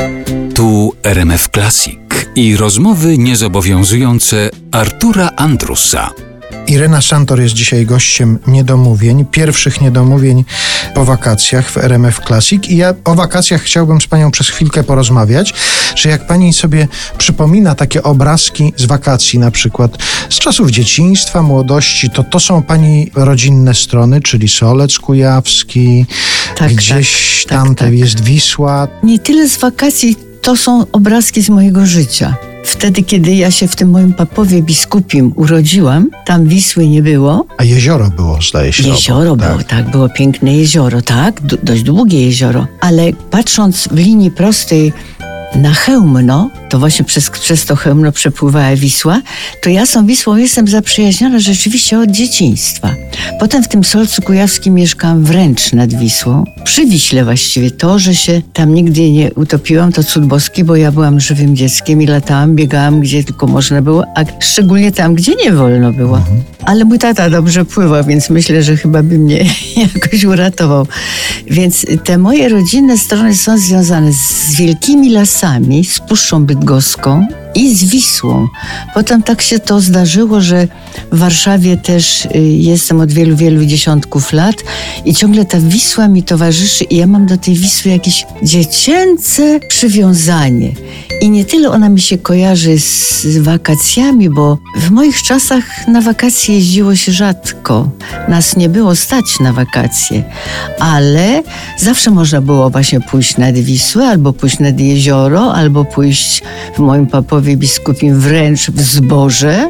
Tu RMF Classic i rozmowy niezobowiązujące Artura Andrusa. Irena Santor jest dzisiaj gościem niedomówień, pierwszych niedomówień po wakacjach w RMF Classic i ja o wakacjach chciałbym z panią przez chwilkę porozmawiać, że jak pani sobie przypomina takie obrazki z wakacji, na przykład z czasów dzieciństwa, młodości, to są pani rodzinne strony, czyli Solec Kujawski, gdzieś tam jest Wisła. Nie tyle z wakacji, to są obrazki z mojego życia. Wtedy, kiedy ja się w tym moim Papowie Biskupim urodziłam, tam Wisły nie było. A jezioro było, zdaje się. Jezioro było, tak, było piękne jezioro, tak, dość długie jezioro. Ale patrząc w linii prostej na Chełmno, to właśnie przez to Chełmno przepływała Wisła, to ja z tą Wisłą jestem zaprzyjaźniona rzeczywiście od dzieciństwa. Potem w tym Solcu Kujawskim mieszkałam wręcz nad Wisłą, przy Wiśle właściwie. To, że się tam nigdy nie utopiłam, to cud boski, bo ja byłam żywym dzieckiem i latałam, biegałam gdzie tylko można było, a szczególnie tam, gdzie nie wolno było. Ale mój tata dobrze pływał, więc myślę, że chyba by mnie jakoś uratował. Więc te moje rodzinne strony są związane z wielkimi lasami, z Puszczą Bydgoską i z Wisłą. Potem tak się to zdarzyło, że w Warszawie też jestem od wielu, wielu dziesiątków lat i ciągle ta Wisła mi towarzyszy i ja mam do tej Wisły jakieś dziecięce przywiązanie. I nie tyle ona mi się kojarzy z wakacjami, bo w moich czasach na wakacje jeździło się rzadko. Nas nie było stać na wakacje, ale zawsze można było właśnie pójść nad Wisłę, albo pójść nad jezioro, albo pójść w moim Papowie Biskupim wręcz w zboże.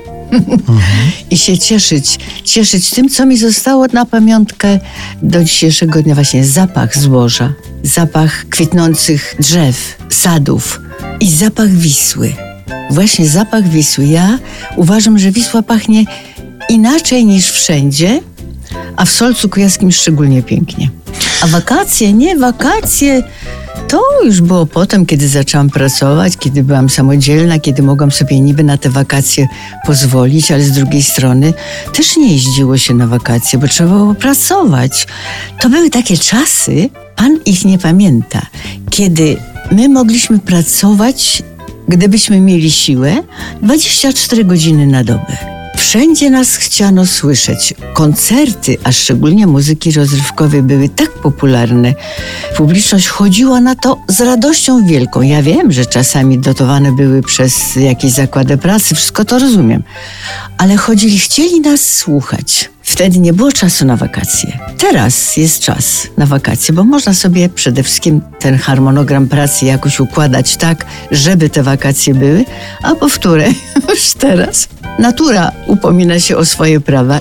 I się cieszyć tym, co mi zostało na pamiątkę do dzisiejszego dnia. Właśnie zapach zboża, zapach kwitnących drzew, sadów i zapach Wisły. Właśnie zapach Wisły. Ja uważam, że Wisła pachnie inaczej niż wszędzie, a w Solcu Kujawskim szczególnie pięknie. A wakacje to już było potem, kiedy zaczęłam pracować, kiedy byłam samodzielna, kiedy mogłam sobie niby na te wakacje pozwolić, ale z drugiej strony też nie jeździło się na wakacje, bo trzeba było pracować. To były takie czasy, pan ich nie pamięta, kiedy my mogliśmy pracować, gdybyśmy mieli siłę, 24 godziny na dobę. Wszędzie nas chciano słyszeć. Koncerty, a szczególnie muzyki rozrywkowej były tak popularne. Publiczność chodziła na to z radością wielką. Ja wiem, że czasami dotowane były przez jakieś zakłady pracy, wszystko to rozumiem. Ale chcieli nas słuchać. Wtedy nie było czasu na wakacje. Teraz jest czas na wakacje, bo można sobie przede wszystkim ten harmonogram pracy jakoś układać tak, żeby te wakacje były, a powtórę już teraz. Natura upomina się o swoje prawa.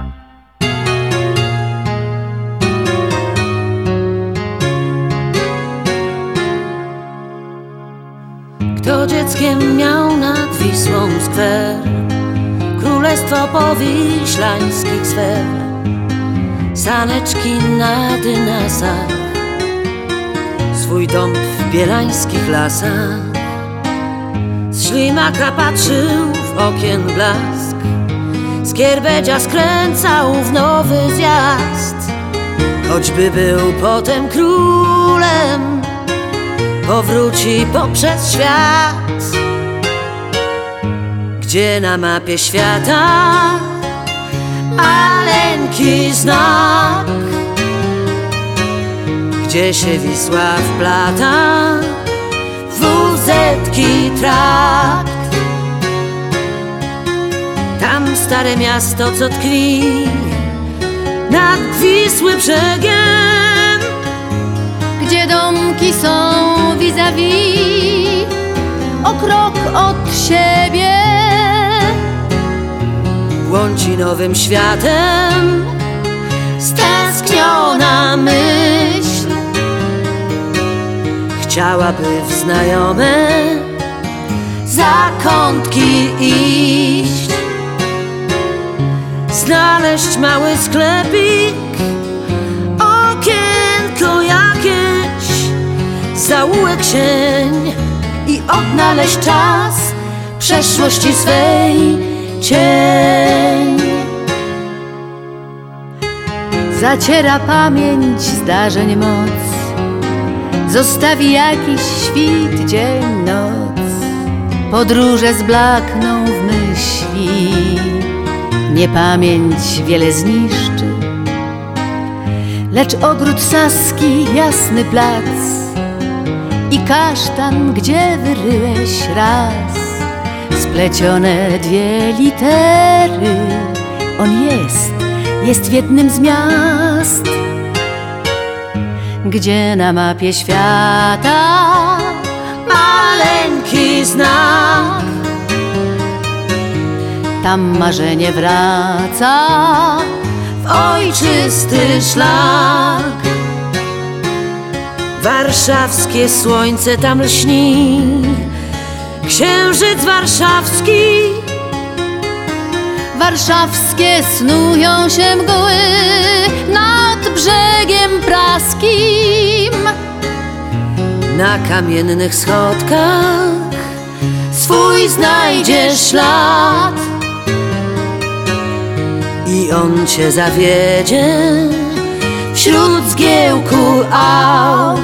Kto dzieckiem miał nad Wisłą skwer, królestwo powiślańskich sfer, saneczki na dynasach, swój dom w bielańskich lasach. Z ślimaka patrzył w okien blask, z Kierbedzia skręcał w nowy zjazd. Choćby był potem królem, powróci poprzez świat, gdzie na mapie świata maleńki znak, gdzie się Wisła wplata w wuzetki trakt. Tam stare miasto, co tkwi nad Wisły brzegiem, gdzie domki są vis-a-vis, o krok od siebie. Błądzi nowym światem stęskniona myśl, chciałaby w znajome zakątki iść, znaleźć mały sklepik, okienko jakieś, zaułek sień i odnaleźć czas przeszłości swej cień. Zaciera pamięć zdarzeń moc, zostawi jakiś świt, dzień, noc. Podróże zblakną w myśli, niepamięć wiele zniszczy. Lecz ogród Saski, jasny plac i kasztan, gdzie wyryłeś raz splecione dwie litery. On jest w jednym z miast, gdzie na mapie świata maleńki znak. Tam marzenie wraca w ojczysty szlak. Warszawskie słońce tam lśni, księżyc warszawski. Warszawskie snują się mgły nad brzegiem praskim. Na kamiennych schodkach swój znajdziesz ślad i on cię zawiedzie wśród zgiełku aut.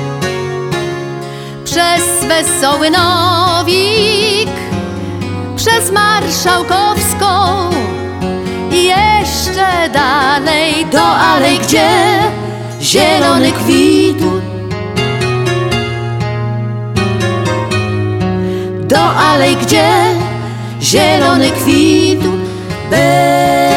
Przez Wesoły Nowik, przez Marszałkowską i jeszcze dalej do alej, gdzie zielony kwitł. Do alej, gdzie zielony kwitł.